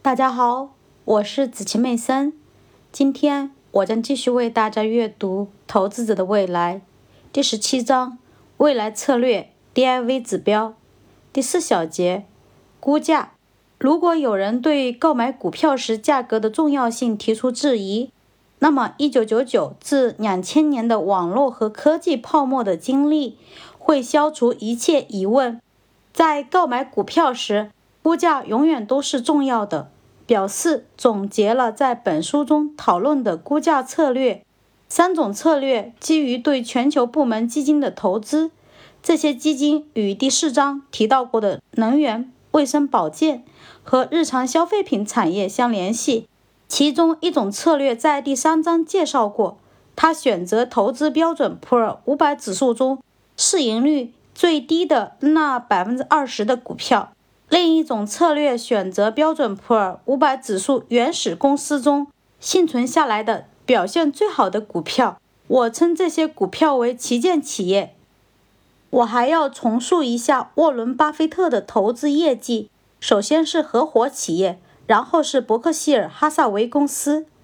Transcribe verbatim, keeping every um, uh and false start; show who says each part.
Speaker 1: 大家好，我是子琪妹森。今天我将继续为大家阅读《投资者的未来》第十七章未来策略 D I V 指标第四小节估价。如果有人对购买股票时价格的重要性提出质疑，那么一九九九至两千年的网络和科技泡沫的经历会消除一切疑问。在购买股票时，估价永远都是重要的。表示总结了在本书中讨论的估价策略。三种策略基于对全球部门基金的投资，这些基金与第四章提到过的能源、卫生保健和日常消费品产业相联系。其中一种策略在第三章介绍过，他选择投资标准普尔五百指数中市盈率最低的那 百分之二十 的股票。另一种策略选择标准普尔五百指数原始公司中幸存下来的表现最好的股票，我称这些股票为旗舰企业。我还要重述一下沃伦·巴菲特的投资业绩，首先是合伙企业，然后是伯克希尔哈萨维公司。